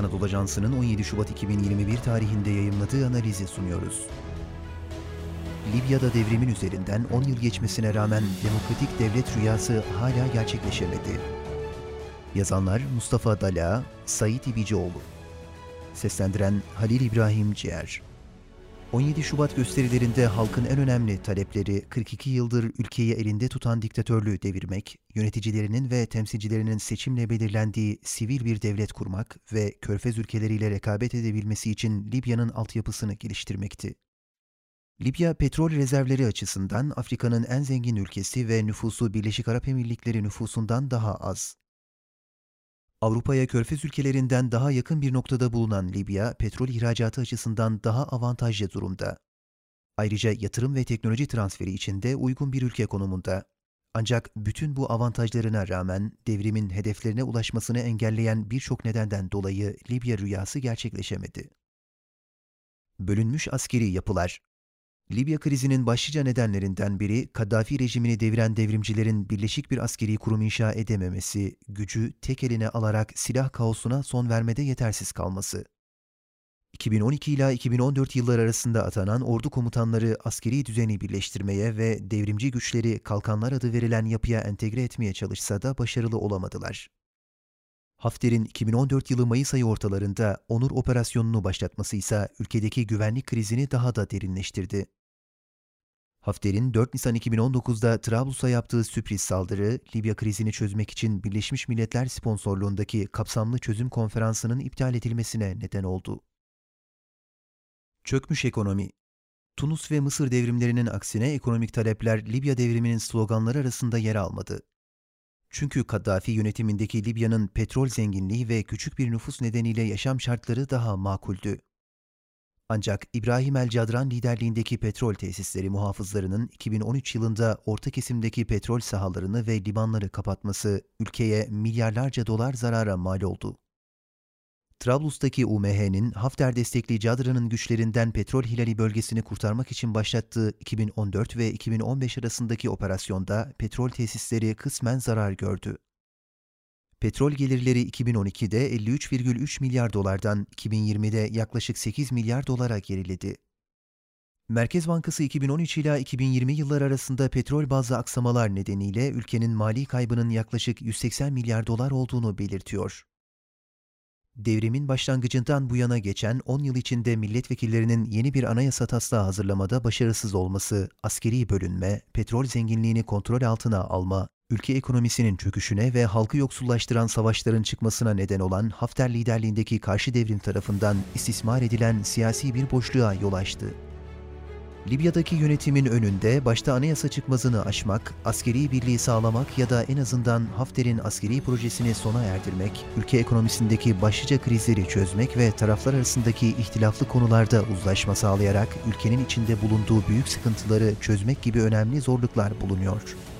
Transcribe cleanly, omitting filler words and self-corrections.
Anadolu Ajansı'nın 17 Şubat 2021 tarihinde yayımladığı analizi sunuyoruz. Libya'da devrimin üzerinden 10 yıl geçmesine rağmen demokratik devlet rüyası hala gerçekleşemedi. Yazanlar Mustafa Dala, Sait İbicioğlu. Seslendiren Halil İbrahim Ciğer. 17 Şubat gösterilerinde halkın en önemli talepleri 42 yıldır ülkeyi elinde tutan diktatörlüğü devirmek, yöneticilerinin ve temsilcilerinin seçimle belirlendiği sivil bir devlet kurmak ve Körfez ülkeleriyle rekabet edebilmesi için Libya'nın altyapısını geliştirmekti. Libya, petrol rezervleri açısından Afrika'nın en zengin ülkesi ve nüfusu Birleşik Arap Emirlikleri nüfusundan daha az. Avrupa'ya Körfez ülkelerinden daha yakın bir noktada bulunan Libya, petrol ihracatı açısından daha avantajlı durumda. Ayrıca yatırım ve teknoloji transferi için de uygun bir ülke konumunda. Ancak bütün bu avantajlarına rağmen devrimin hedeflerine ulaşmasını engelleyen birçok nedenden dolayı Libya rüyası gerçekleşemedi. Bölünmüş askeri yapılar. Libya krizinin başlıca nedenlerinden biri, Kaddafi rejimini deviren devrimcilerin birleşik bir askeri kurum inşa edememesi, gücü tek eline alarak silah kaosuna son vermede yetersiz kalması. 2012 ila 2014 yılları arasında atanan ordu komutanları askeri düzeni birleştirmeye ve devrimci güçleri Kalkanlar adı verilen yapıya entegre etmeye çalışsa da başarılı olamadılar. Hafter'in 2014 yılı Mayıs ayı ortalarında Onur operasyonunu başlatması ise ülkedeki güvenlik krizini daha da derinleştirdi. Hafter'in 4 Nisan 2019'da Trablus'a yaptığı sürpriz saldırı, Libya krizini çözmek için Birleşmiş Milletler sponsorluğundaki kapsamlı çözüm konferansının iptal edilmesine neden oldu. Çökmüş ekonomi. Tunus ve Mısır devrimlerinin aksine ekonomik talepler Libya devriminin sloganları arasında yer almadı. Çünkü Kaddafi yönetimindeki Libya'nın petrol zenginliği ve küçük bir nüfus nedeniyle yaşam şartları daha makuldü. Ancak İbrahim el-Cadran liderliğindeki petrol tesisleri muhafızlarının 2013 yılında orta kesimdeki petrol sahalarını ve limanları kapatması ülkeye milyarlarca dolar zarara mal oldu. Trablus'taki UMH'nin Hafter destekli Cadra'nın güçlerinden Petrol Hilali bölgesini kurtarmak için başlattığı 2014 ve 2015 arasındaki operasyonda petrol tesisleri kısmen zarar gördü. Petrol gelirleri 2012'de 53,3 milyar dolardan 2020'de yaklaşık 8 milyar dolara geriledi. Merkez Bankası 2013 ila 2020 yılları arasında petrol bazlı aksamalar nedeniyle ülkenin mali kaybının yaklaşık 180 milyar dolar olduğunu belirtiyor. Devrimin başlangıcından bu yana geçen 10 yıl içinde milletvekillerinin yeni bir anayasa taslağı hazırlamada başarısız olması, askeri bölünme, petrol zenginliğini kontrol altına alma, ülke ekonomisinin çöküşüne ve halkı yoksullaştıran savaşların çıkmasına neden olan Hafter liderliğindeki karşı devrim tarafından istismar edilen siyasi bir boşluğa yol açtı. Libya'daki yönetimin önünde başta anayasa çıkmazını aşmak, askeri birliği sağlamak ya da en azından Hafter'in askeri projesini sona erdirmek, ülke ekonomisindeki başlıca krizleri çözmek ve taraflar arasındaki ihtilaflı konularda uzlaşma sağlayarak ülkenin içinde bulunduğu büyük sıkıntıları çözmek gibi önemli zorluklar bulunuyor.